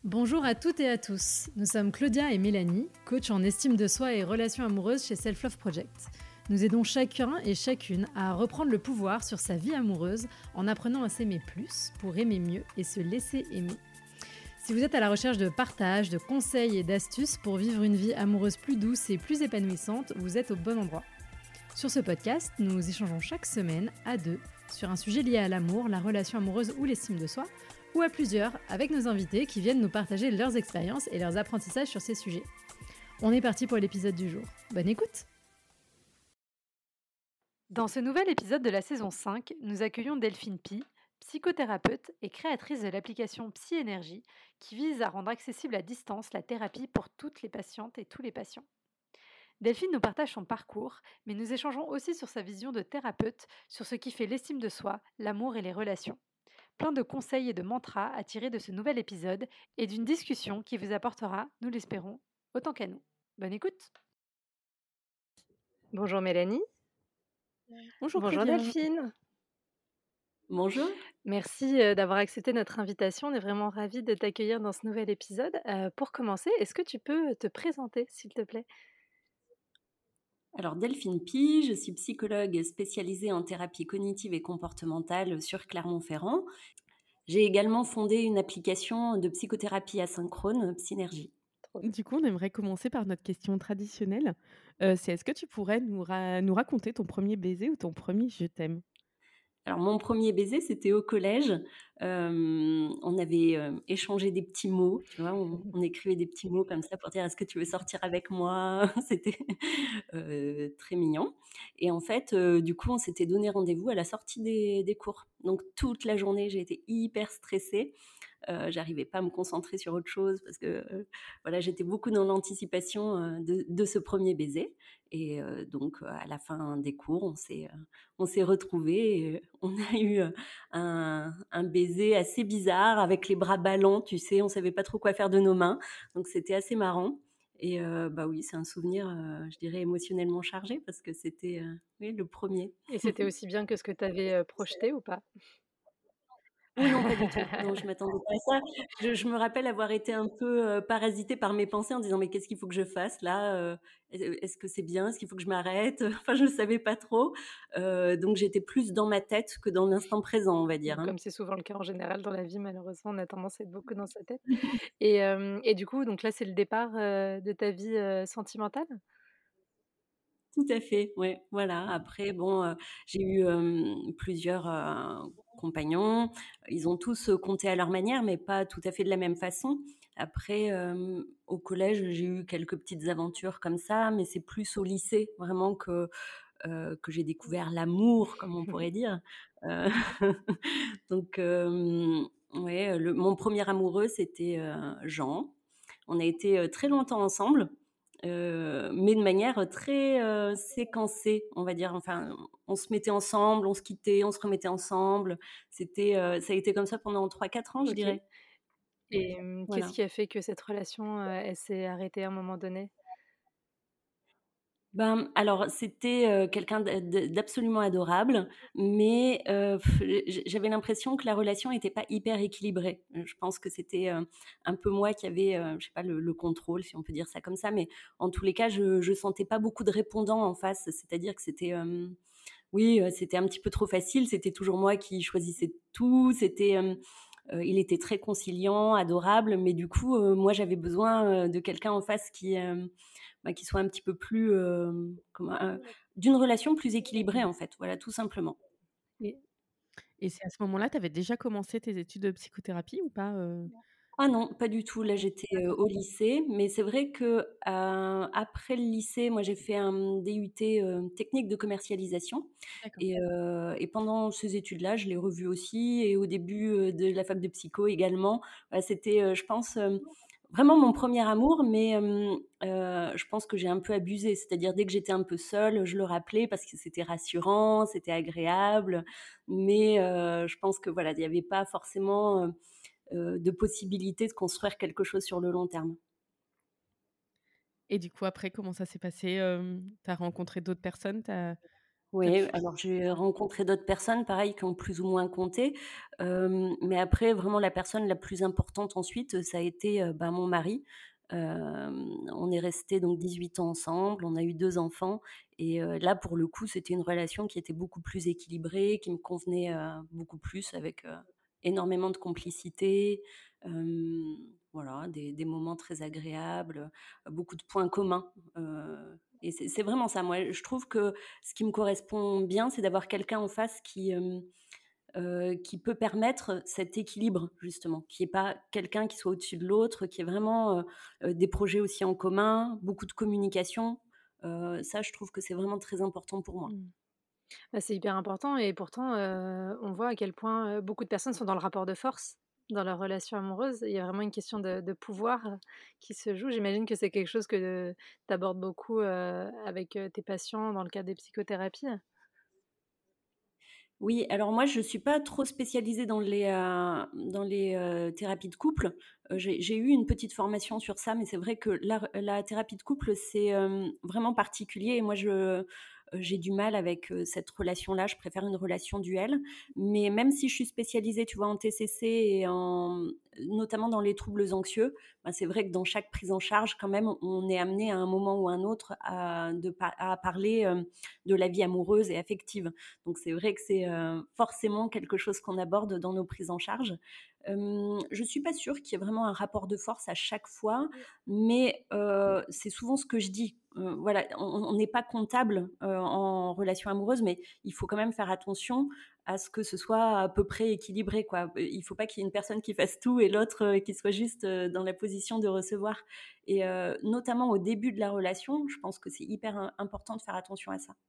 Bonjour à toutes et à tous, nous sommes Claudia et Mélanie, coach en estime de soi et relations amoureuses chez Self Love Project. Nous aidons chacun et chacune à reprendre le pouvoir sur sa vie amoureuse en apprenant à s'aimer plus pour aimer mieux et se laisser aimer. Si vous êtes à la recherche de partage, de conseils et d'astuces pour vivre une vie amoureuse plus douce et plus épanouissante, vous êtes au bon endroit. Sur ce podcast, nous échangeons chaque semaine à deux sur un sujet lié à l'amour, la relation amoureuse ou l'estime de soi, ou à plusieurs avec nos invités qui viennent nous partager leurs expériences et leurs apprentissages sur ces sujets. On est parti pour l'épisode du jour. Bonne écoute! Dans ce nouvel épisode de la saison 5, nous accueillons Delphine Pi, psychothérapeute et créatrice de l'application Psy-Énergie qui vise à rendre accessible à distance la thérapie pour toutes les patientes et tous les patients. Delphine nous partage son parcours, mais nous échangeons aussi sur sa vision de thérapeute, sur ce qui fait l'estime de soi, l'amour et les relations. Plein de conseils et de mantras à tirer de ce nouvel épisode et d'une discussion qui vous apportera, nous l'espérons, autant qu'à nous. Bonne écoute! Bonjour Mélanie. Bonjour Bonjour Claudia. Delphine. Bonjour. Merci d'avoir accepté notre invitation. On est vraiment ravis de t'accueillir dans ce nouvel épisode. Pour commencer, est-ce que tu peux te présenter, s'il te plaît? Alors Delphine Pi, je suis psychologue spécialisée en thérapie cognitive et comportementale sur Clermont-Ferrand. J'ai également fondé une application de psychothérapie asynchrone, Psynergie. Du coup, on aimerait commencer par notre question traditionnelle. C'est est-ce que tu pourrais nous raconter ton premier baiser ou ton premier je t'aime? Alors mon premier baiser, c'était au collège. On avait échangé des petits mots, tu vois, on écrivait des petits mots comme ça pour dire: «Est-ce que tu veux sortir avec moi?» C'était très mignon et en fait, du coup, on s'était donné rendez-vous à la sortie des cours. Donc toute la journée, j'ai été hyper stressée. J'arrivais pas à me concentrer sur autre chose parce que, voilà, j'étais beaucoup dans l'anticipation, de ce premier baiser et donc à la fin des cours, on s'est retrouvés et on a eu, un baiser assez bizarre avec les bras ballants, tu sais? On savait pas trop quoi faire de nos mains, donc c'était assez marrant et bah, oui, c'est un souvenir, je dirais émotionnellement chargé parce que c'était, oui, le premier. Et c'était aussi bien que ce que tu avais projeté ou pas? Oui, non, pas du tout. Non, je m'attendais pas à ça. Je me rappelle avoir été un peu, parasitée par mes pensées en disant: «Mais qu'est-ce qu'il faut que je fasse là, Est-ce que c'est bien? Est-ce qu'il faut que je m'arrête?» Enfin, je ne savais pas trop. Donc j'étais plus dans ma tête que dans l'instant présent, on va dire, hein. Comme c'est souvent le cas en général dans la vie, malheureusement, on a tendance à être beaucoup dans sa tête. Et du coup, donc là, c'est le départ, de ta vie, sentimentale? Tout à fait, ouais, voilà. Après bon, j'ai eu, plusieurs, compagnons. Ils ont tous, compté à leur manière, mais pas tout à fait de la même façon. Après, au collège, j'ai eu quelques petites aventures comme ça, mais c'est plus au lycée vraiment que j'ai découvert l'amour, comme on pourrait dire. Heu, donc ouais, mon premier amoureux, c'était, Jean. On a été, très longtemps ensemble, mais de manière très, séquencée, on va dire. Enfin, on se mettait ensemble, on se quittait, on se remettait ensemble. C'était, ça a été comme ça pendant 3-4 ans, je OK. dirais. Et qu'est-ce Voilà. qui a fait que cette relation, elle s'est arrêtée à un moment donné? Ben, alors c'était, quelqu'un d'absolument adorable, mais j'avais l'impression que la relation était pas hyper équilibrée. Je pense que c'était, un peu moi qui avais, je sais pas, le contrôle, si on peut dire ça comme ça, mais en tous les cas, je sentais pas beaucoup de répondants en face. C'est-à-dire que c'était, oui, c'était un petit peu trop facile, c'était toujours moi qui choisissais tout, il était très conciliant, adorable, mais du coup, moi j'avais besoin, de quelqu'un en face qui soit un petit peu plus, d'une relation plus équilibrée en fait, voilà, tout simplement. Et Et c'est à ce moment-là, tu avais déjà commencé tes études de psychothérapie ou pas, Ah non, pas du tout. Là, j'étais, au lycée, mais c'est vrai que, après le lycée, moi, j'ai fait un DUT, technique de commercialisation D'accord. et pendant ces études-là, je l'ai revu aussi et au début, de la fac de psycho également. Bah, c'était, je pense, vraiment mon premier amour, mais je pense que j'ai un peu abusé. C'est-à-dire dès que j'étais un peu seule, je le rappelais parce que c'était rassurant, c'était agréable, mais je pense que voilà, il y avait pas forcément, de possibilité de construire quelque chose sur le long terme. Et du coup, après, comment ça s'est passé? Tu as rencontré d'autres personnes? Oui, alors j'ai rencontré d'autres personnes, pareil, qui ont plus ou moins compté, mais après vraiment la personne la plus importante ensuite, ça a été, mon mari. On est restés donc 18 ans ensemble, on a eu 2 enfants et là pour le coup, c'était une relation qui était beaucoup plus équilibrée, qui me convenait, beaucoup plus avec, énormément de complicité, hem, voilà, des moments très agréables, beaucoup de points communs, et c'est vraiment ça. Moi, je trouve que ce qui me correspond bien, c'est d'avoir quelqu'un en face qui peut permettre cet équilibre justement, qui est pas quelqu'un qui soit au-dessus de l'autre, qui ait vraiment, des projets aussi en commun, beaucoup de communication. Ça, je trouve que c'est vraiment très important pour moi. Mmh. Bah, c'est hyper important et pourtant, on voit à quel point, beaucoup de personnes sont dans le rapport de force dans leur relation amoureuse. Il y a vraiment une question de pouvoir, qui se joue. J'imagine que c'est quelque chose que tu abordes beaucoup, avec, tes patients dans le cadre des psychothérapies? Oui, alors moi, je suis pas trop spécialisée dans les, thérapies de couple. J'ai eu une petite formation sur ça, mais c'est vrai que la thérapie de couple, c'est, vraiment particulier et moi j'ai du mal avec, cette relation-là. Je préfère une relation duel. Mais même si je suis spécialisée, tu vois, en TCC et en notamment dans les troubles anxieux, c'est vrai que dans chaque prise en charge, quand même, on est amené à un moment ou à un autre à parler, de la vie amoureuse et affective. Donc c'est vrai que c'est, forcément quelque chose qu'on aborde dans nos prises en charge. Je suis pas sûre qu'il y ait vraiment un rapport de force à chaque fois, mais c'est souvent ce que je dis. Voilà, on n'est pas comptable, en relation amoureuse, mais il faut quand même faire attention à ce que ce soit à peu près équilibré, quoi. Il faut pas qu'il y ait une personne qui fasse tout et l'autre, qui soit juste, dans la position de recevoir et notamment au début de la relation, je pense que c'est hyper important de faire attention à ça.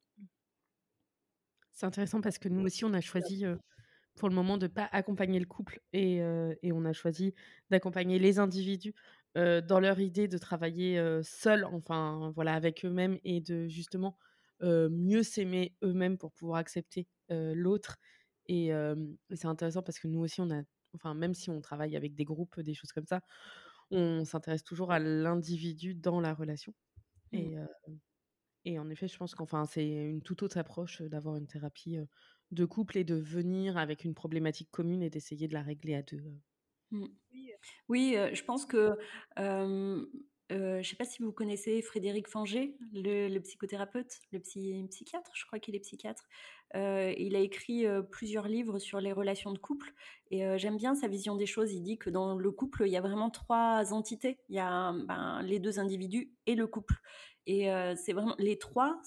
C'est intéressant parce que nous aussi, on a choisi, pour le moment de pas accompagner le couple et on a choisi d'accompagner les individus, dans leur idée de travailler, seuls, enfin, voilà, avec eux-mêmes et de justement, mieux s'aimer eux-mêmes pour pouvoir accepter, l'autre et c'est intéressant parce que nous aussi on a enfin, même si on travaille avec des groupes, des choses comme ça, on s'intéresse toujours à l'individu dans la relation Mmh. et et en effet, je pense qu'enfin, c'est une toute autre approche, d'avoir une thérapie, de couple et de venir avec une problématique commune et d'essayer de la régler à 2. Mmh. Oui, je pense que, hem, je sais pas si vous connaissez Frédéric Fanget, le psychothérapeute, psychiatre, je crois qu'il est psychiatre. Il a écrit, plusieurs livres sur les relations de couple et j'aime bien sa vision des choses. Il dit que dans le couple, il y a vraiment 3 entités. Il y a, les 2 individus et le couple et c'est vraiment les 3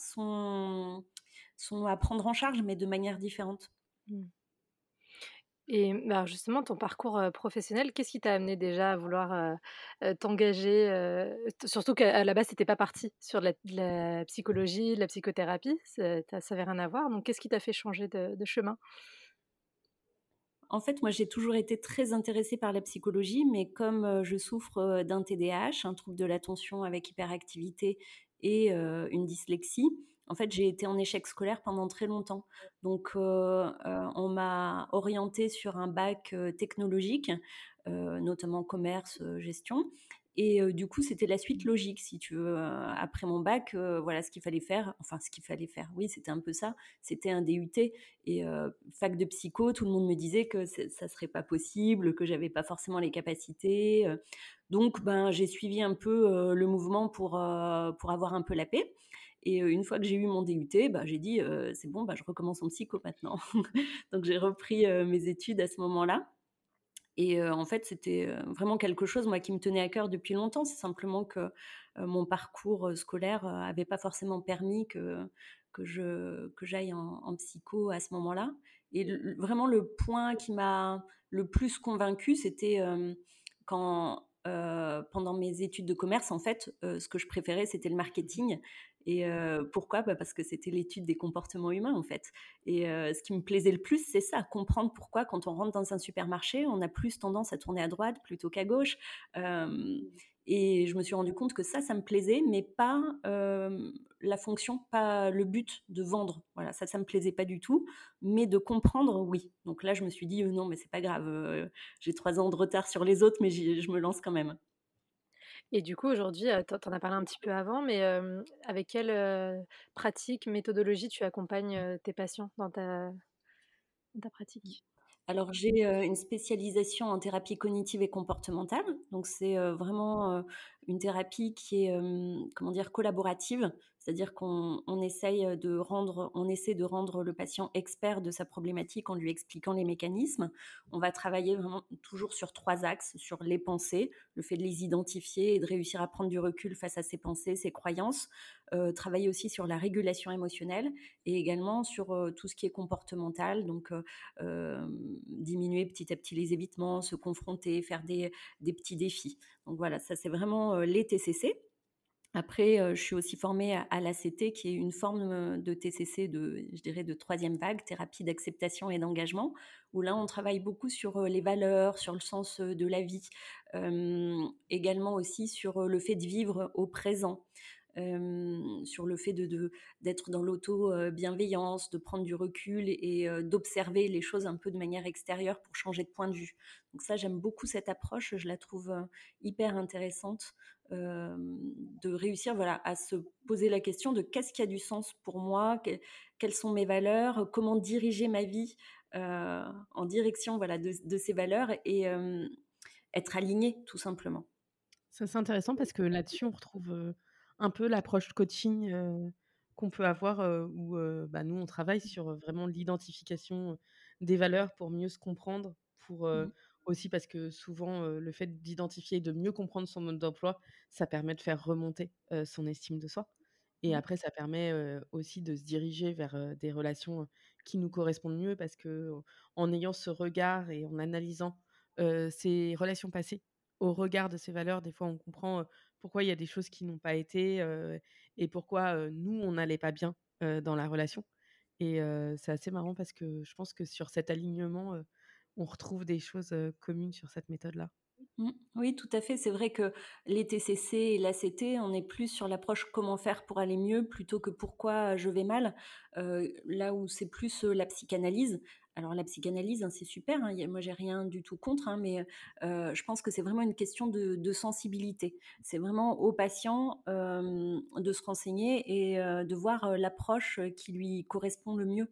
sont à prendre en charge, mais de manière différente. Mmh. Et bah, justement, ton parcours, professionnel, qu'est-ce qui t'a amené déjà à vouloir, t'engager, surtout qu'à la base, tu étais pas partie sur de la psychologie, de la psychothérapie, ça avait rien à voir, donc qu'est-ce qui t'a fait changer de chemin? En fait, moi, j'ai toujours été très intéressée par la psychologie, mais comme, je souffre, d'un TDAH, un trouble de l'attention avec hyperactivité et une dyslexie, en fait, j'ai été en échec scolaire pendant très longtemps. Donc on m'a orientée sur un bac, technologique, notamment commerce, gestion et du coup, c'était la suite logique si tu veux, après mon bac, voilà ce qu'il fallait faire, enfin ce qu'il fallait faire, oui, c'était un peu ça, c'était un DUT et fac de psycho, tout le monde me disait que ça serait pas possible, que j'avais pas forcément les capacités. Donc, j'ai suivi un peu le mouvement pour avoir un peu la paix. Et une fois que j'ai eu mon DUT, j'ai dit c'est bon, je recommence en psycho maintenant. Donc, j'ai repris mes études à ce moment-là. Et en fait, c'était, vraiment quelque chose, moi, qui me tenait à cœur depuis longtemps. C'est simplement que, mon parcours, scolaire, avait pas forcément permis que j'aille en psycho à ce moment-là. Et vraiment le point qui m'a le plus convaincue, c'était, quand, pendant mes études de commerce, en fait, ce que je préférais, c'était le marketing et pourquoi? Parce que c'était l'étude des comportements humains, en fait. Et ce qui me plaisait le plus, c'est ça, comprendre pourquoi quand on rentre dans un supermarché, on a plus tendance à tourner à droite plutôt qu'à gauche. Hem Et je me suis rendu compte que ça me plaisait, mais pas, la fonction, pas le but de vendre. Voilà, ça me plaisait pas du tout, mais de comprendre, oui. Donc là, je me suis dit: «Non, mais c'est pas grave, j'ai 3 ans de retard sur les autres, mais je me lance quand même». Et du coup, aujourd'hui, tu en as parlé un petit peu avant, mais avec quelle, pratique, méthodologie tu accompagnes, tes patients dans ta pratique? Alors j'ai, une spécialisation en thérapie cognitive et comportementale, donc c'est, vraiment, une thérapie qui est, comment dire? Collaborative. C'est-à-dire qu'on essaie de rendre le patient expert de sa problématique en lui expliquant les mécanismes. On va travailler vraiment toujours sur 3 axes, sur les pensées, le fait de les identifier et de réussir à prendre du recul face à ses pensées, ses croyances. Travailler aussi sur la régulation émotionnelle et également sur, tout ce qui est comportemental, donc diminuer petit à petit les évitements, se confronter, faire des petits défis. Donc voilà, ça c'est vraiment les TCC. Après, je suis aussi formée à l'ACT, qui est une forme de TCC je dirais, de troisième vague, thérapie d'acceptation et d'engagement, où là, on travaille beaucoup sur les valeurs, sur le sens de la vie, également aussi sur le fait de vivre au présent, sur le fait d'être dans l'auto-bienveillance, de prendre du recul et d'observer les choses un peu de manière extérieure pour changer de point de vue. Donc ça, j'aime beaucoup cette approche, je la trouve hyper intéressante, de réussir voilà, à se poser la question de qu'est-ce qui a du sens pour moi, quelles sont mes valeurs, comment diriger ma vie en direction voilà, de ces valeurs et être aligné tout simplement. Ça, c'est intéressant parce que là-dessus, on retrouve, un peu l'approche coaching, qu'on peut avoir, où, bah, nous, on travaille sur, vraiment l'identification, des valeurs pour mieux se comprendre, pour, Mm, aussi parce que souvent, le fait d'identifier et de mieux comprendre son mode d'emploi, ça permet de faire remonter, son estime de soi et mm, après ça permet, aussi de se diriger vers, des relations, qui nous correspondent mieux parce que, en ayant ce regard et en analysant, ses relations passées au regard de ces valeurs, des fois, on comprend, pourquoi il y a des choses qui n'ont pas été, et pourquoi, nous, on n'allait pas bien, dans la relation et c'est assez marrant parce que je pense que sur cet alignement, on retrouve des choses, communes sur cette méthode-là. mm. Oui, tout à fait. C'est vrai que les TCC et l'ACT, on est plus sur l'approche comment faire pour aller mieux plutôt que pourquoi je vais mal. Là où c'est plus la psychanalyse. Alors la psychanalyse, hein, c'est super. Hein, moi, j'ai rien du tout contre, hein, mais je pense que c'est vraiment une question de sensibilité. C'est vraiment au patient de se renseigner et de voir l'approche qui lui correspond le mieux.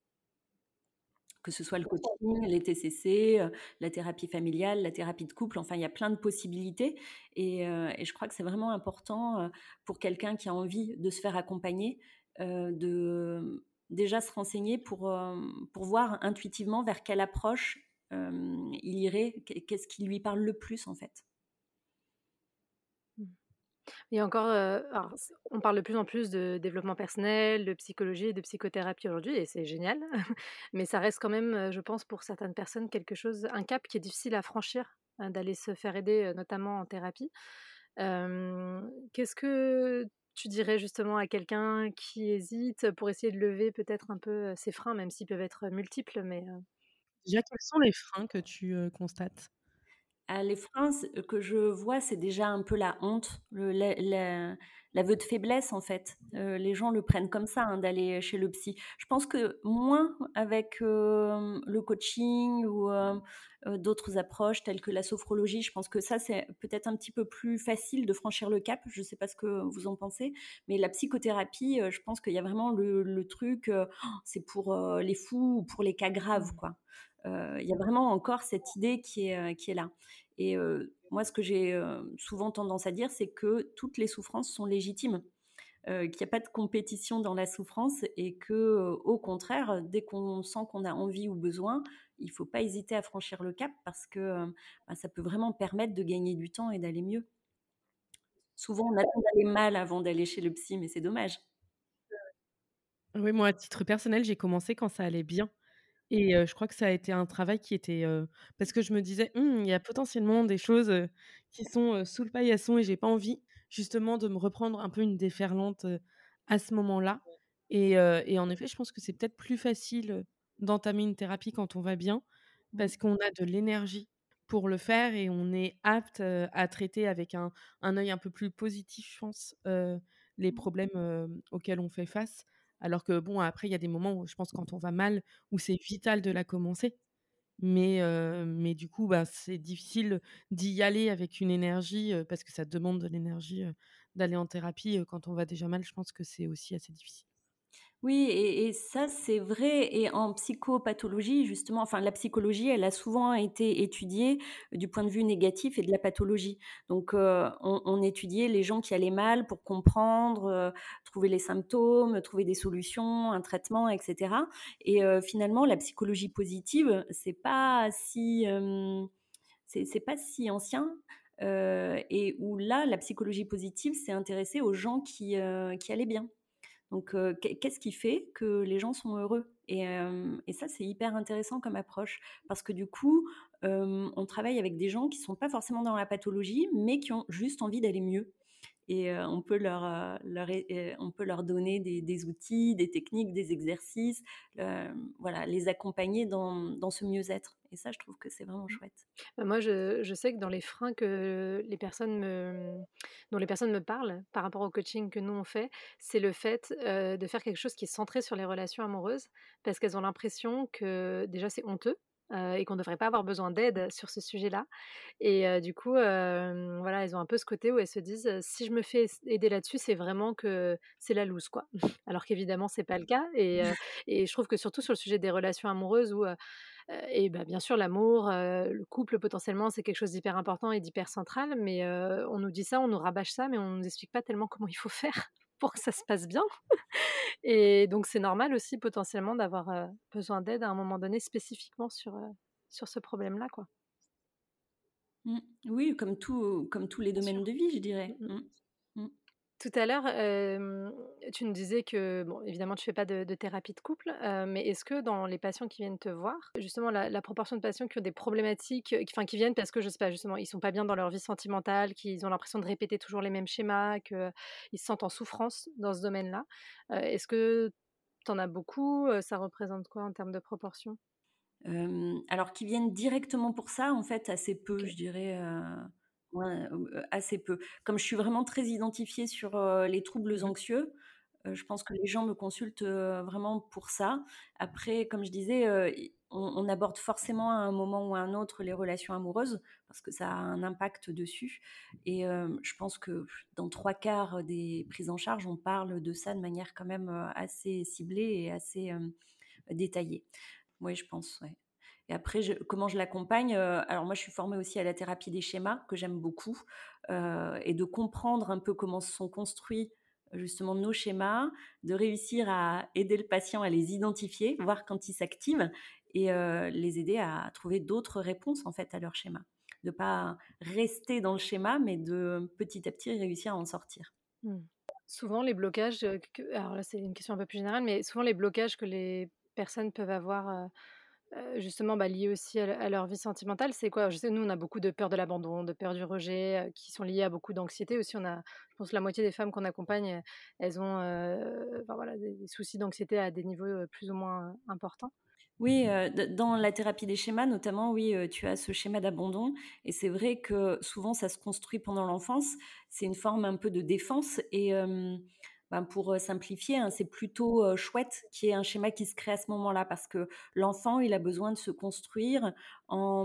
Que ce soit le coaching, les TCC, la thérapie familiale, la thérapie de couple, enfin, il y a plein de possibilités et je crois que c'est vraiment important, pour quelqu'un qui a envie de se faire accompagner, de déjà se renseigner pour voir intuitivement vers quelle approche, il irait, qu'est-ce qui lui parle le plus, en fait. Mmh. Et encore, alors on parle de plus en plus de développement personnel, de psychologie et de psychothérapie aujourd'hui et c'est génial. Mais ça reste quand même, je pense pour certaines personnes quelque chose un cap qui est difficile à franchir, d'aller se faire aider, notamment en thérapie. Qu'est-ce que tu dirais justement à quelqu'un qui hésite pour essayer de lever peut-être un peu, ses freins, même s'ils peuvent être multiples, mais Déjà, quels sont les freins que tu, constates? Ah, les freins que je vois, c'est déjà un peu la honte, l'aveu de faiblesse, en fait. Les gens le prennent comme ça, hein, d'aller chez le psy. Je pense que moins avec, le coaching ou, d'autres approches telles que la sophrologie. Je pense que ça, c'est peut-être un petit peu plus facile de franchir le cap. Je ne sais pas ce que vous en pensez, mais la psychothérapie, je pense qu'il y a vraiment le truc, c'est pour, les fous ou pour les cas graves, mmh. quoi. Il y a vraiment encore cette idée qui est là. Et moi, ce que j'ai souvent tendance à dire, c'est que toutes les souffrances sont légitimes, qu'il n'y a pas de compétition dans la souffrance et que, au contraire, dès qu'on sent qu'on a envie ou besoin, il ne faut pas hésiter à franchir le cap parce que bah, ça peut vraiment permettre de gagner du temps et d'aller mieux. Souvent, on attend d'aller mal avant d'aller chez le psy, mais c'est dommage. Oui, moi, à titre personnel, j'ai commencé quand ça allait bien. Et je crois que ça a été un travail qui était, parce que je me disais: «Mmh, il y a potentiellement des choses, qui sont, sous le paillasson et j'ai pas envie justement de me reprendre un peu une déferlante, à ce moment-là» et en effet, je pense que c'est peut-être plus facile, d'entamer une thérapie quand on va bien Mmh. parce qu'on a de l'énergie pour le faire et on est apte, à traiter avec un œil un peu plus positif, je pense, les problèmes, auxquels on fait face. Alors que bon, après, il y a des moments où je pense quand on va mal, où c'est vital de la commencer. Mais du coup, bah, c'est difficile d'y aller avec une énergie, parce que ça demande de l'énergie, d'aller en thérapie, quand on va déjà mal. Je pense que c'est aussi assez difficile. Oui et ça, c'est vrai et en psychopathologie, justement, enfin, la psychologie, elle a souvent été étudiée du point de vue négatif et de la pathologie. Donc, on étudiait les gens qui allaient mal pour comprendre, trouver les symptômes, trouver des solutions, un traitement et cetera et finalement, la psychologie positive, c'est pas si ancien, et où là, la psychologie positive s'est intéressée aux gens qui allaient bien. Donc, qu'est-ce qui fait que les gens sont heureux? Et ça, c'est hyper intéressant comme approche parce que du coup, on travaille avec des gens qui sont pas forcément dans la pathologie, mais qui ont juste envie d'aller mieux et on peut leur donner des outils, des techniques, des exercices, voilà, les accompagner dans ce mieux-être et ça, je trouve que c'est vraiment chouette. Bah, moi, je sais que dans les freins que les personnes dont les personnes me parlent par rapport au coaching que nous on fait, c'est le fait, de faire quelque chose qui est centré sur les relations amoureuses. Parce qu'elles ont l'impression que déjà c'est honteux, et qu'on ne devrait pas avoir besoin d'aide sur ce sujet-là et du coup, voilà, elles ont un peu ce côté où elles se disent, «Si je me fais aider là-dessus, c'est vraiment que c'est la loose, quoi». Alors qu'évidemment c'est pas le cas et je trouve que surtout sur le sujet des relations amoureuses où, et bah, bien sûr l'amour, le couple potentiellement, c'est quelque chose d'hyper important et d'hyper central, mais on nous dit ça, on nous rabâche ça, mais on nous explique pas tellement comment il faut faire pour que ça se passe bien et donc c'est normal aussi potentiellement d'avoir, besoin d'aide à un moment donné spécifiquement sur ce problème-là, quoi. Mmh. Oui, comme tous les Bien sûr. domaines de vie, je Mmh dirais. mh. Mmh. Mmh. Tout à l'heure, tu nous disais que, bon, évidemment, tu fais pas de thérapie de couple, mais est-ce que dans les patients qui viennent te voir, justement, la proportion de patients qui ont des problématiques, qui viennent parce que, je sais pas, justement, ils sont pas bien dans leur vie sentimentale, qu'ils ont l'impression de répéter toujours les mêmes schémas, qu'ils se sentent en souffrance dans ce domaine-là, est-ce que tu en as beaucoup? Ça représente quoi en termes de proportion? Alors qu'ils viennent directement pour ça, en fait, assez peu, OK. je dirais, ouais, assez peu. Comme je suis vraiment très identifiée sur, les troubles Mmh. anxieux, je pense que les gens me consultent, vraiment pour ça. Après, comme je disais, i on aborde forcément à un moment ou à un autre les relations amoureuses parce que ça a un impact dessus et je pense que dans 3 quarts des prises en charge, on parle de ça de manière quand même, assez ciblée et assez, détaillée. Oui, je pense, ouais. Et après, comment je l'accompagne alors moi, je suis formée aussi à la thérapie des schémas, que j'aime beaucoup, et de comprendre un peu comment se sont construits, justement nos schémas, de réussir à aider le patient à les identifier, voir quand ils s'activent et les aider à trouver d'autres réponses, en fait, à leur schéma. De pas rester dans le schéma, mais de petit à petit réussir à en sortir. Mmh. Souvent les blocages, alors là, c'est une question un peu plus générale, mais souvent les blocages que les personnes peuvent avoir, justement, bah, liés aussi à leur vie sentimentale, c'est quoi? Je sais, nous, on a beaucoup de peur de l'abandon, de peur du rejet, qui sont liées à beaucoup d'anxiété aussi. On a je pense la moitié des femmes qu'on accompagne, elles ont, enfin voilà, des soucis d'anxiété à des niveaux, plus ou moins, importants. Oui, d dans la thérapie des schémas notamment, oui, tu as ce schéma d'abandon et c'est vrai que souvent ça se construit pendant l'enfance. C'est une forme un peu de défense et ben, pour, simplifier, hein, c'est plutôt, chouette qu'il y ait un schéma qui se crée à ce moment-là parce que l'enfant, il a besoin de se construire en,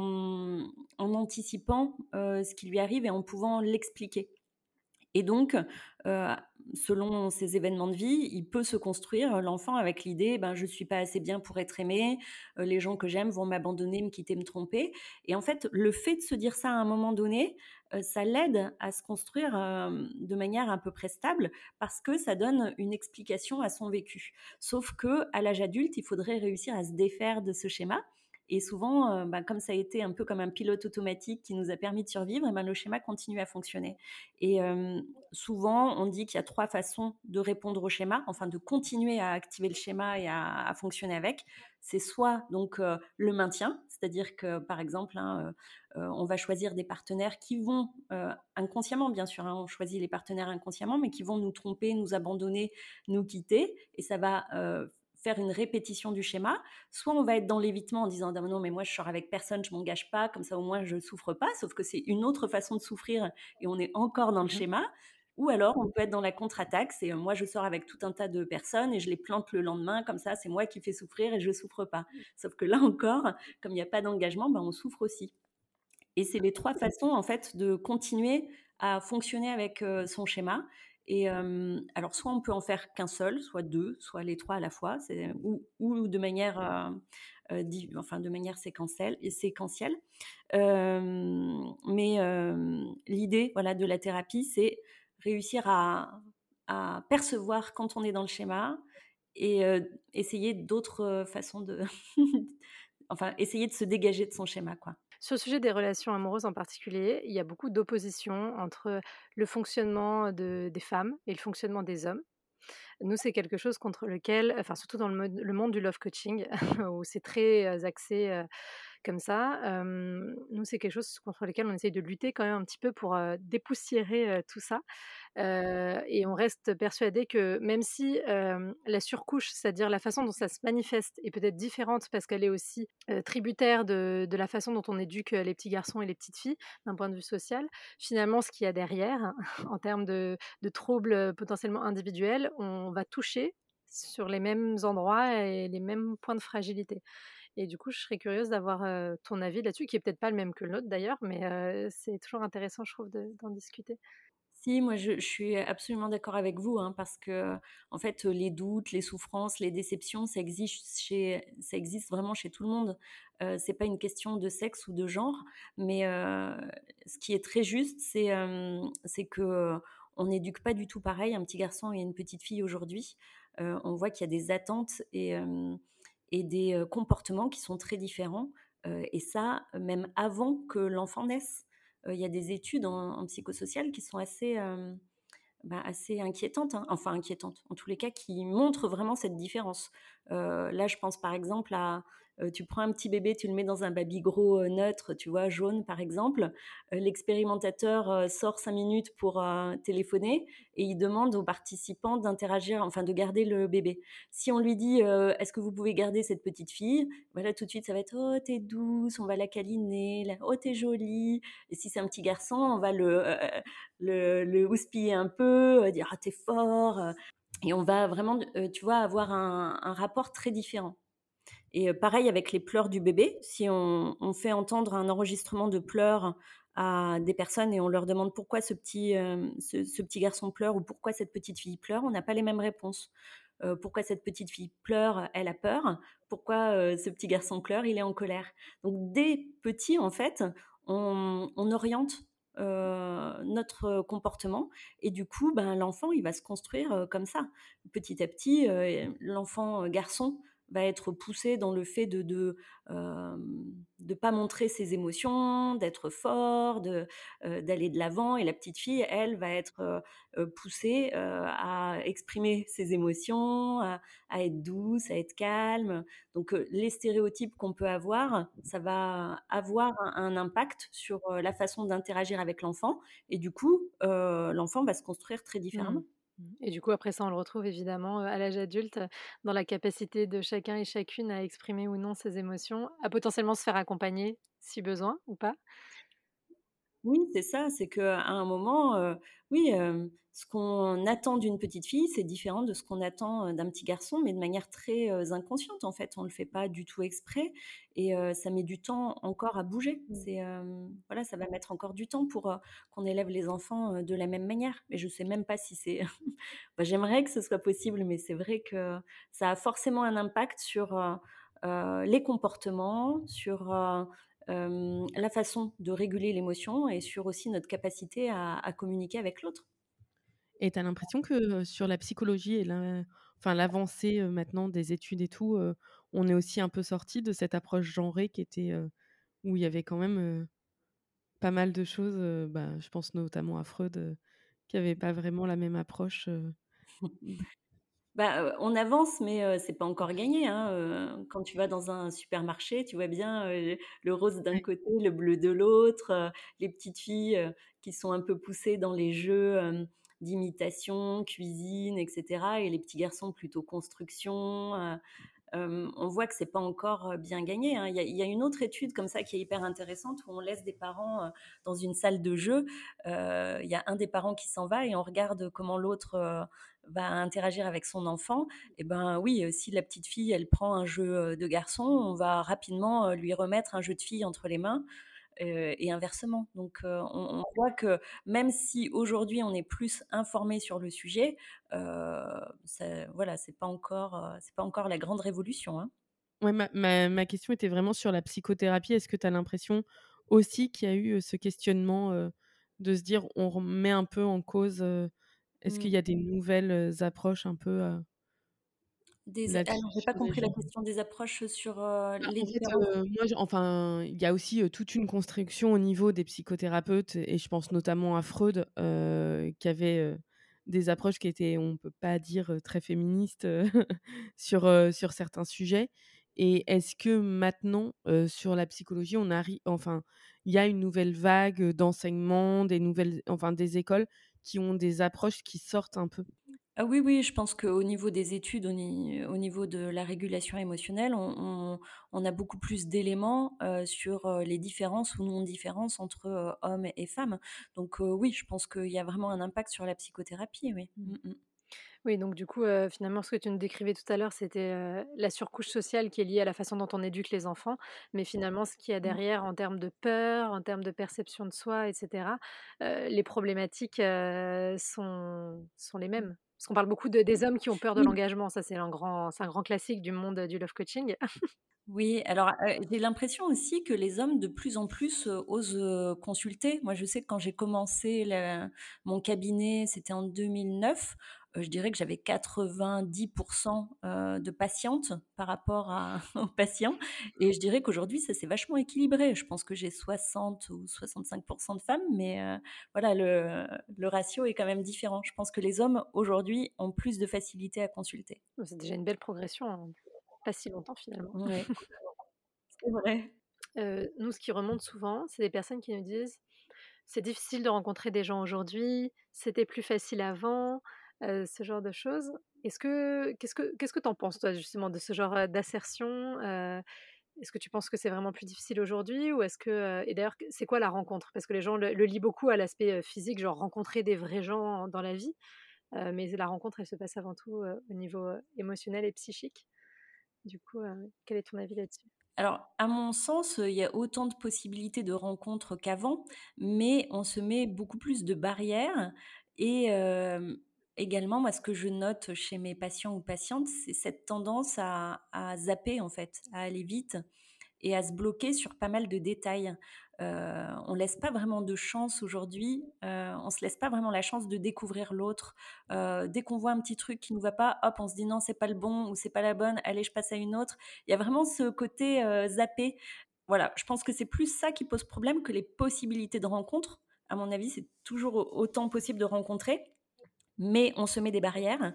en anticipant, ce qui lui arrive et en pouvant l'expliquer. Et donc, heu, selon ces événements de vie, il peut se construire, l'enfant avec l'idée: «Ben, je suis pas assez bien pour être aimé, les gens que j'aime vont m'abandonner, me quitter, me tromper» et en fait, le fait de se dire ça à un moment donné, ça l'aide à se construire, de manière à peu près stable parce que ça donne une explication à son vécu. Sauf que à l'âge adulte, il faudrait réussir à se défaire de ce schéma et souvent, bah, comme ça a été un peu comme un pilote automatique qui nous a permis de survivre et ben, le schéma continue à fonctionner et souvent, on dit qu'il y a 3 façons de répondre au schéma, enfin de continuer à activer le schéma et à fonctionner avec. C'est soit donc le maintien, c'est-à-dire que, par exemple, hein, on va choisir des partenaires qui vont, inconsciemment bien sûr, hein, on choisit les partenaires inconsciemment, mais qui vont nous tromper, nous abandonner, nous quitter et ça va, faire une répétition du schéma. Soit on va être dans l'évitement en disant: «Non, mais moi je sors avec personne, je m'engage pas, comme ça au moins je souffre pas», sauf que c'est une autre façon de souffrir et on est encore dans le Mmh. schéma. Ou alors, on peut être dans la contre-attaque, c'est moi, je sors avec tout un tas de personnes et je les plante le lendemain, comme ça, c'est moi qui fais souffrir et je souffre pas. Sauf que là encore, comme il n'y a pas d'engagement, ben, on souffre aussi. Et c'est les 3 façons, en fait, de continuer à fonctionner avec, son schéma et alors soit on peut en faire qu'un seul, soit 2, soit les 3 à la fois, c'est ou de manière, enfin de manière séquentielle. Mais l'idée, voilà, de la thérapie, c'est réussir à percevoir quand on est dans le schéma et essayer d'autres, façons de enfin essayer de se dégager de son schéma, quoi. Sur le sujet des relations amoureuses en particulier, il y a beaucoup d'opposition entre le fonctionnement des femmes et le fonctionnement des hommes. Nous, c'est quelque chose contre lequel, enfin surtout dans le monde du love coaching, où c'est très axé comme ça, nous, c'est quelque chose contre lequel on essaye de lutter quand même un petit peu pour dépoussiérer tout ça. Et on reste persuadé que même si, la surcouche, c'est-à-dire la façon dont ça se manifeste est peut-être différente parce qu'elle est aussi, tributaire de la façon dont on éduque, les petits garçons et les petites filles, d'un point de vue social. Finalement, ce qu'il y a derrière, en termes de troubles, potentiellement individuels, on va toucher sur les mêmes endroits et les mêmes points de fragilité. Et du coup, je serais curieuse d'avoir, ton avis là-dessus, qui est peut-être pas le même que le nôtre d'ailleurs, mais c'est toujours intéressant, je trouve, d'en discuter. Si, moi je suis absolument d'accord avec vous, hein, parce que en fait, les doutes, les souffrances, les déceptions, ça existe vraiment chez tout le monde. C'est pas une question de sexe ou de genre, mais ce qui est très juste, c'est que on n'éduque pas du tout pareil un petit garçon et une petite fille aujourd'hui. On voit qu'il y a des attentes et des, comportements qui sont très différents, et ça, même avant que l'enfant naisse. Il y a des études en psychosocial qui sont assez inquiétantes, hein, enfin inquiétantes, en tous les cas qui montrent vraiment cette différence. Là, je pense par exemple à, tu prends un petit bébé, tu le mets dans un babygro, neutre, tu vois, jaune par exemple, l'expérimentateur, sort 5 minutes pour, téléphoner et il demande aux participants d'interagir, enfin de garder le bébé. Si on lui dit, «Est-ce que vous pouvez garder cette petite fille?» Voilà, tout de suite ça va être: «Oh, tu douce», on va la câliner, la «Oh, tu jolie». Et si c'est un petit garçon, on va le houspiller un peu, dire ah t'es fort, et on va vraiment, tu vois, avoir un rapport très différent. Et pareil avec les pleurs du bébé, si on fait entendre un enregistrement de pleurs à des personnes et on leur demande pourquoi ce petit garçon pleure ou pourquoi cette petite fille pleure, on n'a pas les mêmes réponses. Pourquoi cette petite fille pleure, elle a peur. Pourquoi ce petit garçon pleure, il est en colère. Donc dès petit, en fait, on oriente notre comportement et du coup, ben, l'enfant, il va se construire comme ça. Petit à petit, l'enfant garçon va être poussé dans le fait de pas montrer ses émotions, d'être fort, d'aller de l'avant et la petite fille, elle, va être, poussée, à exprimer ses émotions, à être douce, à être calme. Donc les stéréotypes qu'on peut avoir, ça va avoir un impact sur, la façon d'interagir avec l'enfant et du coup, l'enfant va se construire très Mmh. différemment. Et du coup, après ça, on le retrouve évidemment, à l'âge adulte, dans la capacité de chacun et chacune à exprimer ou non ses émotions, à potentiellement se faire accompagner si besoin ou pas? Oui, c'est ça, c'est qu'à un moment, oui, ce qu'on attend d'une petite fille, c'est différent de ce qu'on attend, d'un petit garçon, mais de manière très, inconsciente, en fait. On le fait pas du tout exprès et ça met du temps encore à bouger. Mmh. Voilà, ça va mettre encore du temps pour, qu'on élève les enfants, de la même manière. Mais je sais même pas si c'est bah, j'aimerais que ce soit possible, mais c'est vrai que ça a forcément un impact sur, les comportements, sur, la façon de réguler l'émotion et sur aussi notre capacité à communiquer avec l'autre. Et tu as l'impression que, sur la psychologie et enfin l'avancée, maintenant des études et tout, on est aussi un peu sorti de cette approche genrée qui était, où il y avait quand même, pas mal de choses, bah, je pense notamment à Freud, qui avait pas vraiment la même approche, d Bah, on avance, mais c'est pas encore gagné, hein, quand tu vas dans un supermarché, tu vois bien, le rose d'un ouais. côté, le bleu de l'autre, les petites filles, qui sont un peu poussées dans les jeux, d'imitation, cuisine et cetera et les petits garçons plutôt construction, on voit que c'est pas encore bien gagné, hein. Il y a une autre étude comme ça qui est hyper intéressante où on laisse des parents dans une salle de jeu. Il y a un des parents qui s'en va et on regarde comment l'autre va interagir avec son enfant. Et ben oui, si la petite fille elle prend un jeu de garçon, on va rapidement lui remettre un jeu de fille entre les mains et inversement. Donc, on voit que même si aujourd'hui on est plus informé sur le sujet, voilà, c'est pas encore la grande révolution, hein. Ouais, ma question était vraiment sur la psychothérapie. Est-ce que tu as l'impression aussi qu'il y a eu, ce questionnement, de se dire: «On remet un peu en cause», est-ce qu'il Mm. y a des nouvelles, approches un peu, là-dessus Alors, j'ai pas sur les compris la gens? question des approches sur Bah, les en fait, différences. moi, il y a aussi, toute une construction au niveau des psychothérapeutes et je pense notamment à Freud, qui avait, des approches qui étaient, on peut pas dire, très féministes, sur certains sujets et est-ce que maintenant, sur la psychologie, il y a une nouvelle vague, d'enseignement, des écoles qui ont des approches qui sortent un peu? Ah oui, oui, je pense qu'au niveau des études, au niveau de la régulation émotionnelle, on a beaucoup plus d'éléments, sur, les différences ou non-différences entre, hommes et femmes. Donc, oui, je pense qu'il y a vraiment un impact sur la psychothérapie, oui. Mmh. Mmh mh. Oui, donc du coup, finalement, ce que tu nous décrivais tout à l'heure, c'était, la surcouche sociale qui est liée à la façon dont on éduque les enfants. Mais finalement, ce qu'il y a Mmh. derrière en termes de peur, en termes de perception de soi et cetera, les problématiques, sont les mêmes. Parce qu'on parle beaucoup de des hommes qui ont peur de Oui. l'engagement, ça c'est un grand classique du monde, du love coaching. Oui, alors, j'ai l'impression aussi que les hommes de plus en plus, osent, consulter. Moi, je sais que quand j'ai commencé mon cabinet, c'était en 2009, je dirais que j'avais 90 de patientes par rapport à aux patients et je dirais qu'aujourd'hui, ça s'est vachement équilibré. Je pense que j'ai 60 ou 65 de femmes, mais voilà, le ratio est quand même différent. Je pense que les hommes, aujourd'hui, ont plus de facilité à consulter. C'est déjà une belle progression en pas si longtemps finalement. Ouais, c'est vrai. Nous, ce qui remonte souvent, c'est des personnes qui nous disent: «C'est difficile de rencontrer des gens aujourd'hui, c'était plus facile avant», ce genre de choses. Qu'est-ce que tu en penses toi justement de ce genre, d'assertion? Est-ce que tu penses que c'est vraiment plus difficile aujourd'hui ou est-ce que, et d'ailleurs, c'est quoi la rencontre? Parce que les gens le lient beaucoup à l'aspect, physique, genre rencontrer des vrais gens dans la vie, mais la rencontre, elle se passe avant tout, au niveau, émotionnel et psychique. Du coup, quel est ton avis là-dessus? Alors, à mon sens, il y a autant de possibilités de rencontres qu'avant, mais on se met beaucoup plus de barrières et également, moi, ce que je note chez mes patients ou patientes, c'est cette tendance à zapper, en fait, à aller vite et à se bloquer sur pas mal de détails. On laisse pas vraiment de chance aujourd'hui, on se laisse pas vraiment la chance de découvrir l'autre. Dès qu'on voit un petit truc qui nous va pas, hop, on se dit: «Non, c'est pas le bon» ou «C'est pas la bonne, allez, je passe à une autre». Il y a vraiment ce côté, zappé. Voilà, je pense que c'est plus ça qui pose problème que les possibilités de rencontre. À mon avis, c'est toujours au autant possible de rencontrer, mais on se met des barrières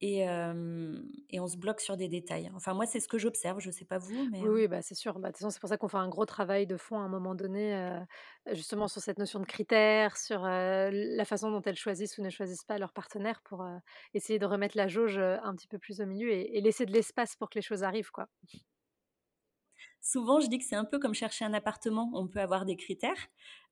et on se bloque sur des détails. Enfin, moi, c'est ce que j'observe, je sais pas vous, mais Oui, oui, bah, c'est sûr. Bah, de toute façon, c'est pour ça qu'on fait un gros travail de fond à un moment donné, justement sur cette notion de critères, sur, la façon dont elles choisissent ou ne choisissent pas leur partenaire pour, essayer de remettre la jauge, un petit peu plus au milieu et laisser de l'espace pour que les choses arrivent, quoi. souvent, je dis que c'est un peu comme chercher un appartement. On peut avoir des critères,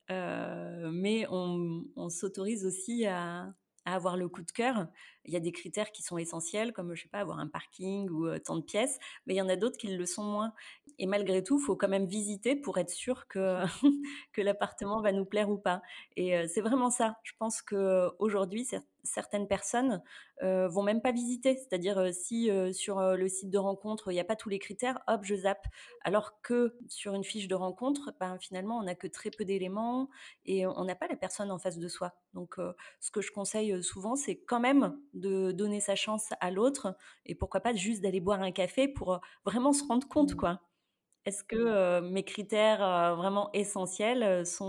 mais on s'autorise aussi à avoir le coup de cœur. Il y a des critères qui sont essentiels, comme, je sais pas, avoir un parking ou tant de pièces, mais il y en a d'autres qui le sont moins. Et malgré tout, il faut quand même visiter pour être sûr que que l'appartement va nous plaire ou pas. Et c'est vraiment ça. Je pense qu'aujourd'hui, certaines personnes vont même pas visiter. C'est-à-dire, si sur le site de rencontre, il n'y a pas tous les critères, hop, je zappe. Alors que sur une fiche de rencontre, ben, finalement, on n'a que très peu d'éléments et on n'a pas la personne en face de soi. Donc, ce que je conseille souvent, c'est quand même de donner sa chance à l'autre et pourquoi pas juste d'aller boire un café pour vraiment se rendre compte, Mmh. quoi. Est-ce que mes critères vraiment essentiels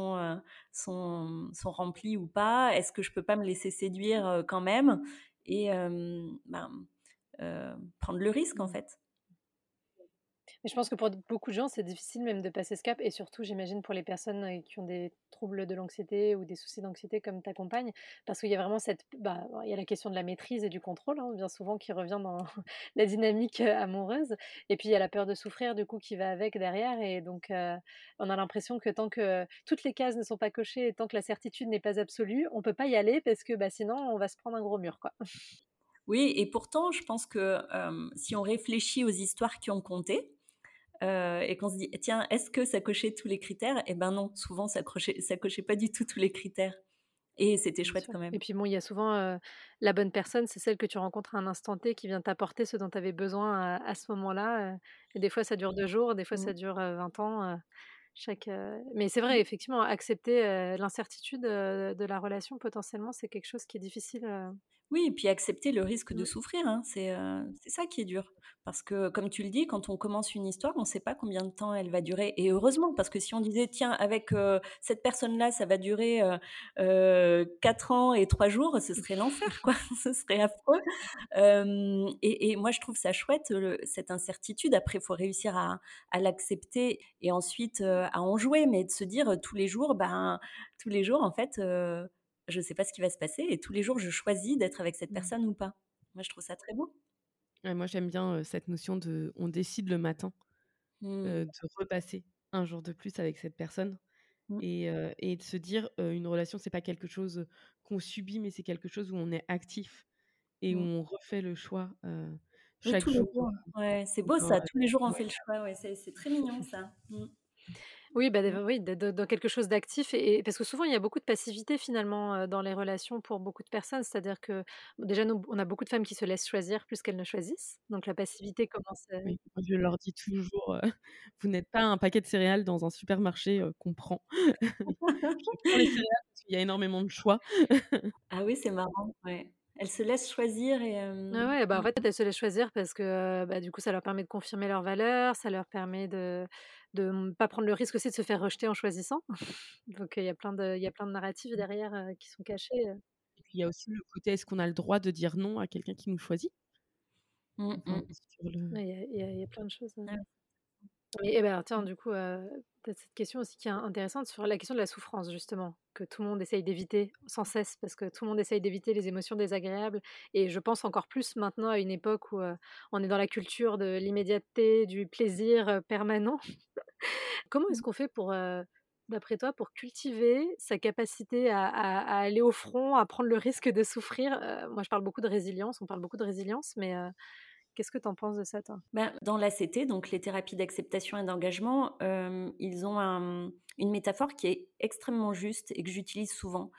sont remplis ou pas? Est-ce que je peux pas me laisser séduire quand même et prendre le risque, en Mmh. fait? Et je pense que pour beaucoup de gens, c'est difficile même de passer ce cap et surtout, j'imagine, pour les personnes, qui ont des troubles de l'anxiété ou des soucis d'anxiété comme ta compagne, parce qu'il y a vraiment il y a la question de la maîtrise et du contrôle, hein, bien souvent qui revient dans la dynamique, amoureuse et puis il y a la peur de souffrir du coup qui va avec derrière et donc on a l'impression que tant que toutes les cases ne sont pas cochées et tant que la certitude n'est pas absolue, on peut pas y aller parce que, bah, sinon on va se prendre un gros mur, quoi. Oui et pourtant je pense que, si on réfléchit aux histoires qui ont compté, et qu'on se dit: «Tiens, est-ce que ça cochait tous les critères?» Eh ben non, souvent ça cochait pas du tout tous les critères et c'était Bien chouette sûr quand et même. puis bon, il y a souvent, la bonne personne, c'est celle que tu rencontres à un instant T qui vient t'apporter ce dont tu avais besoin à ce moment-là, et des fois ça dure 2 jours, des fois Mmh. ça dure, 20 ans, mais c'est vrai Mmh. effectivement accepter, l'incertitude, de la relation potentiellement, c'est quelque chose qui est difficile, Oui et puis accepter le risque de mmh, souffrir, hein, c'est ça qui est dur. Parce que comme tu le dis, quand on commence une histoire, on ne sait pas combien de temps elle va durer et heureusement parce que si on disait: «Tiens avec, cette personne-là, ça va durer, 4 ans et 3 jours», ce serait l'enfer quoi, ce serait affreux. Hem et moi je trouve ça chouette, cette incertitude. Après il faut réussir à l'accepter et ensuite, à en jouer, mais de se dire, tous les jours en fait, je ne sais pas ce qui va se passer et tous les jours, je choisis d'être avec cette mmh, personne ou pas. Moi, je trouve ça très beau. Ouais, moi, j'aime bien, cette notion de on décide le matin, Mmh. de repasser un jour de plus avec cette personne Mmh. et de se dire, une relation, c'est pas quelque chose, qu'on subit, mais c'est quelque chose où on est actif et où Mmh. on refait le choix, Oui, chaque tous les jour, jours. Ouais, c'est beau dans ça, tous les jours on ouais. fait le choix, ouais, c'est très mignon ça. Mmh. oui, bah, Mmh. oui, d'être dans quelque chose d'actif et parce que souvent il y a beaucoup de passivité finalement, dans les relations pour beaucoup de personnes. C'est-à-dire que, déjà nous, on a beaucoup de femmes qui se laissent choisir plus qu'elles ne choisissent, donc la passivité commence, Oui, moi je leur dis toujours, «Vous n'êtes pas un paquet de céréales dans un supermarché, qu'on prend». Je prends les céréales parce qu'il y a énormément de choix. Ah oui, c'est marrant, ouais. Elle se laisse choisir et Ouais, ouais, bah, en mmh. fait, elles se laissent choisir parce que, bah, du coup, ça leur permet de confirmer leurs valeurs, ça leur permet de pas prendre le risque aussi de se faire rejeter en choisissant. Donc, il y a plein de narratifs derrière, qui sont cachés, Et puis il y a aussi le côté, est-ce qu'on a le droit de dire non à quelqu'un qui nous choisit? Mmh Enfin, mh. sur le ouais, il y a plein de choses, Ah et bah, tiens, mmh. du coup, tu cette question aussi qui est intéressante sur la question de la souffrance justement, que tout le monde essaye d'éviter sans cesse parce que tout le monde essaye d'éviter les émotions désagréables et je pense encore plus maintenant à une époque où, on est dans la culture de l'immédiateté, du plaisir, permanent. Comment est-ce Mmh. qu'on fait pour, d'après toi, pour cultiver sa capacité à aller au front, à prendre le risque de souffrir? Moi je parle beaucoup de résilience, on parle beaucoup de résilience, mais, qu'est-ce que tu en penses de ça toi? Ben, dans l'ACT, donc les thérapies d'acceptation et d'engagement, ils ont une métaphore qui est extrêmement juste et que j'utilise souvent.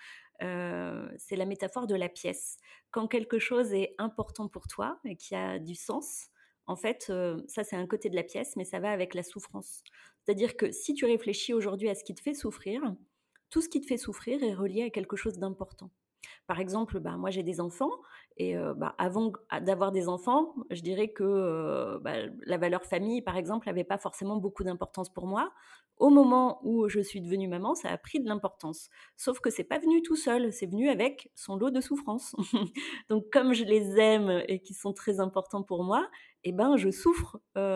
C'est la métaphore de la pièce. Quand quelque chose est important pour toi et qui a du sens, en fait, ça c'est un côté de la pièce, mais ça va avec la souffrance. C'est-à-dire que si tu réfléchis aujourd'hui à ce qui te fait souffrir, tout ce qui te fait souffrir est relié à quelque chose d'important. Par exemple, bah, moi j'ai des enfants et avant d'avoir des enfants, je dirais que, la valeur famille, par exemple, avait pas forcément beaucoup d'importance pour moi. Au moment où je suis devenue maman, ça a pris de l'importance. Sauf que c'est pas venu tout seul, c'est venu avec son lot de souffrances. Donc comme je les aime et qu'ils sont très importants pour moi, eh ben, je souffre,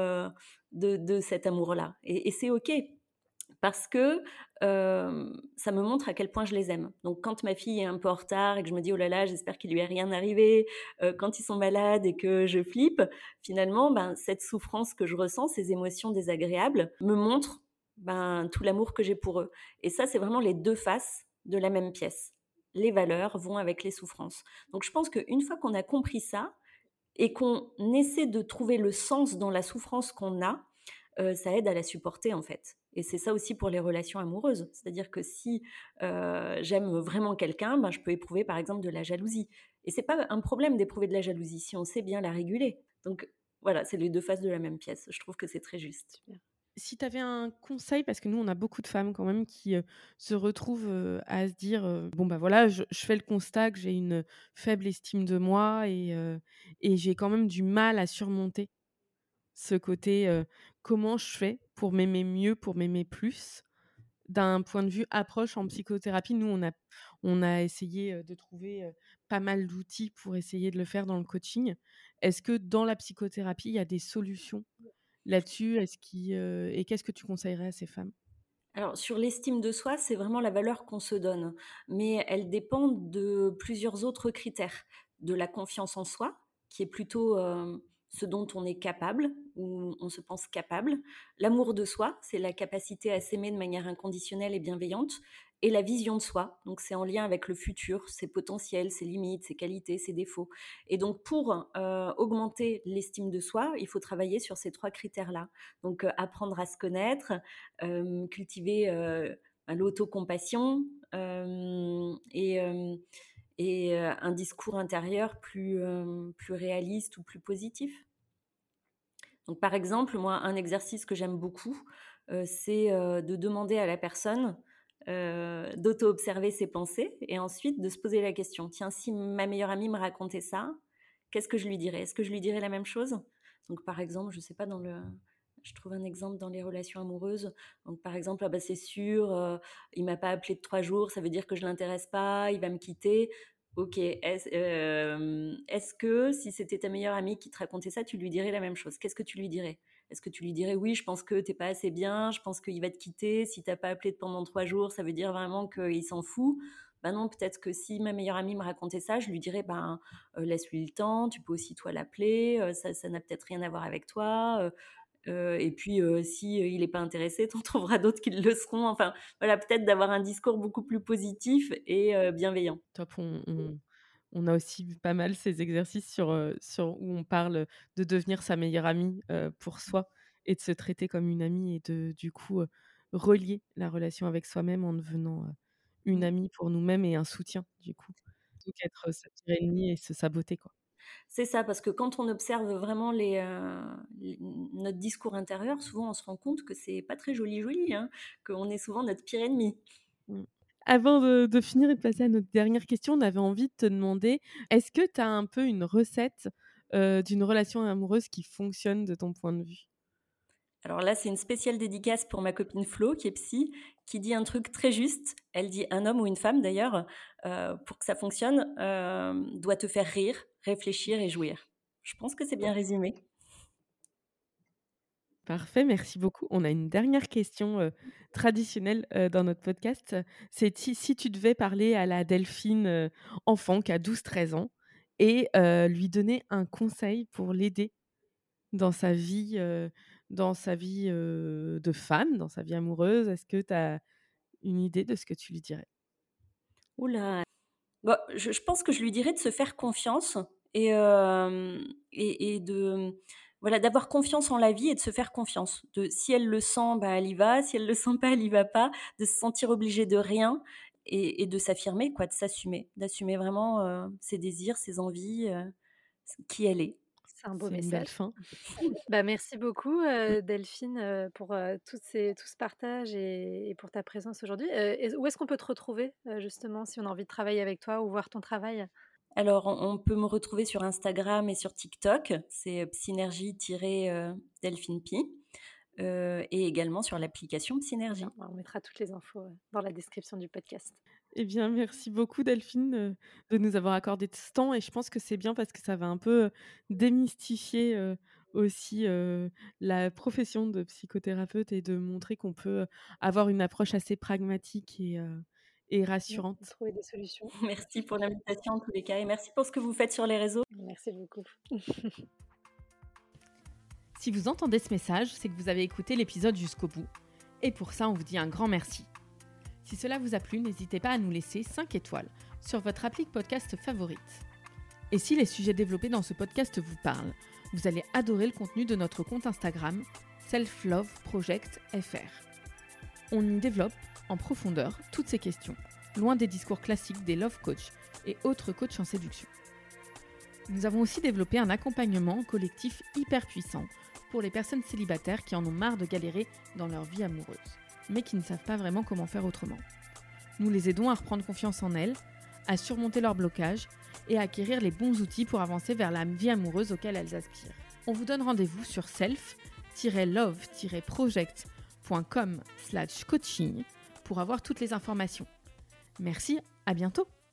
de cet amour-là et c'est OK. Parce que, ça me montre à quel point je les aime. Donc quand ma fille est un peu en retard et que je me dis: «Oh là là, j'espère qu'il lui est rien arrivé», quand ils sont malades et que je flippe, finalement, ben, cette souffrance que je ressens, ces émotions désagréables me montrent, ben, tout l'amour que j'ai pour eux et ça, c'est vraiment les 2 faces de la même pièce. Les valeurs vont avec les souffrances. Donc je pense qu'une fois qu'on a compris ça et qu'on essaie de trouver le sens dans la souffrance qu'on a, ça aide à la supporter, en fait et c'est ça aussi pour les relations amoureuses. C'est-à-dire que si, j'aime vraiment quelqu'un, ben, je peux éprouver, par exemple, de la jalousie et c'est pas un problème d'éprouver de la jalousie si on sait bien la réguler. Donc voilà, c'est les 2 faces de la même pièce. Je trouve que c'est très juste. Super. Si tu avais un conseil, parce que nous, on a beaucoup de femmes quand même qui, se retrouvent, à se dire, «Bon, bah, voilà, je fais le constat que j'ai une faible estime de moi et j'ai quand même du mal à surmonter ce côté, comment je fais pour m'aimer mieux, pour m'aimer plus?» D'un point de vue approche en psychothérapie, nous, on a essayé, de trouver, pas mal d'outils pour essayer de le faire dans le coaching. Est-ce que dans la psychothérapie, il y a des solutions là-dessus? Et qu'est-ce que tu conseillerais à ces femmes? Alors, sur l'estime de soi, c'est vraiment la valeur qu'on se donne, mais elle dépend de plusieurs autres critères. De la confiance en soi, qui est plutôt ce dont on est capable, ou on se pense capable. L'amour de soi, c'est la capacité à s'aimer de manière inconditionnelle et bienveillante. Et la vision de soi, donc c'est en lien avec le futur, ses potentiels, ses limites, ses qualités, ses défauts. Et donc, pour augmenter l'estime de soi, il faut travailler sur ces 3 critères-là. Donc, apprendre à se connaître, cultiver l'autocompassion et un discours intérieur plus réaliste ou plus positif. Donc, par exemple, moi, un exercice que j'aime beaucoup, c'est de demander à la personne d'auto-observer ses pensées et ensuite de se poser la question, tiens, si ma meilleure amie me racontait ça, qu'est-ce que je lui dirais? Est-ce que je lui dirais la même chose? Donc, par exemple, je ne sais pas, je trouve un exemple dans les relations amoureuses. Donc, par exemple, ah bah, c'est sûr, il m'a pas appelé de 3 jours, ça veut dire que je l'intéresse pas, il va me quitter. Ok, est-ce que si c'était ta meilleure amie qui te racontait ça, tu lui dirais la même chose? Qu'est-ce que tu lui dirais? Est-ce que tu lui dirais oui, je pense que t'es pas assez bien, je pense qu'il va te quitter, si t'as pas appelé pendant 3 jours, ça veut dire vraiment qu'il s'en fout? Ben non, peut-être que si ma meilleure amie me racontait ça, je lui dirais laisse-lui le temps, tu peux aussi toi l'appeler, ça n'a peut-être rien à voir avec toi. Et puis, si il n'est pas intéressé, tu en trouveras d'autres qui le seront. Enfin, voilà, peut-être d'avoir un discours beaucoup plus positif et bienveillant. Top, on a aussi vu pas mal ces exercices sur où on parle de devenir sa meilleure amie, pour soi et de se traiter comme une amie et de du coup, relier la relation avec soi-même en devenant, une Mmh. amie pour nous-mêmes et un soutien du coup. Plutôt qu'être sa pire ennemie et se saboter, quoi. C'est ça, parce que quand on observe vraiment notre discours intérieur, souvent on se rend compte que c'est pas très joli joli, hein, qu'on est souvent notre pire ennemi. Mmh. Avant de finir et de passer à notre dernière question, on avait envie de te demander, est-ce que tu as un peu une recette, d'une relation amoureuse qui fonctionne de ton point de vue? Alors là, c'est une spéciale dédicace pour ma copine Flo, qui est psy, qui dit un truc très juste. Elle dit: «Un homme ou une femme d'ailleurs, pour que ça fonctionne, doit te faire rire, réfléchir et jouir». Je pense que c'est bien résumé. Parfait, merci beaucoup. On a une dernière question, traditionnelle, dans notre podcast. C'est si tu devais parler à la Delphine, enfant qui a 12-13 ans et lui donner un conseil pour l'aider dans sa vie, de femme, dans sa vie amoureuse, est-ce que tu as une idée de ce que tu lui dirais? Ouh là! Bah, je pense que je lui dirais de se faire confiance et de voilà, d'avoir confiance en la vie et de se faire confiance. Si elle le sent, bah, elle y va, si elle le sent pas, elle y va pas. De se sentir obligée de rien et de s'affirmer quoi, de s'assumer, d'assumer vraiment, ses désirs, ses envies, qui elle est. C'est un beau C'est une belle message. fin. Bah, merci beaucoup, Delphine, pour, tout ce partage et pour ta présence aujourd'hui. Où est-ce qu'on peut te retrouver, justement, si on a envie de travailler avec toi ou voir ton travail? Alors on peut me retrouver sur Instagram et sur TikTok, c'est Psynergie-Delphine Pi, et également sur l'application Super, Psynergie. bah, on mettra toutes les infos, dans la description du podcast. Eh bien, merci beaucoup Delphine, de nous avoir accordé de ce temps et je pense que c'est bien parce que ça va un peu, démystifier, aussi, la profession de psychothérapeute et de montrer qu'on peut, avoir une approche assez pragmatique et Mmh, rassurante. trouver des solutions. Merci pour l'invitation en tous les cas et merci pour ce que vous faites sur les réseaux. Merci beaucoup. Si vous entendez ce message, c'est que vous avez écouté l'épisode jusqu'au bout et pour ça, on vous dit un grand merci. Si cela vous a plu, n'hésitez pas à nous laisser 5 étoiles sur votre appli podcast favorite. Et si les sujets développés dans ce podcast vous parlent, vous allez adorer le contenu de notre compte Instagram selfloveprojectfr. On y développe en profondeur toutes ces questions, loin des discours classiques des love coachs et autres coachs en séduction. Nous avons aussi développé un accompagnement collectif hyper puissant pour les personnes célibataires qui en ont marre de galérer dans leur vie amoureuse, mais qui ne savent pas vraiment comment faire autrement. Nous les aidons à reprendre confiance en elles, à surmonter leurs blocages et à acquérir les bons outils pour avancer vers la vie amoureuse auquel elles aspirent. On vous donne rendez-vous sur self-love-project.com/coaching pour avoir toutes les informations. Merci, à bientôt!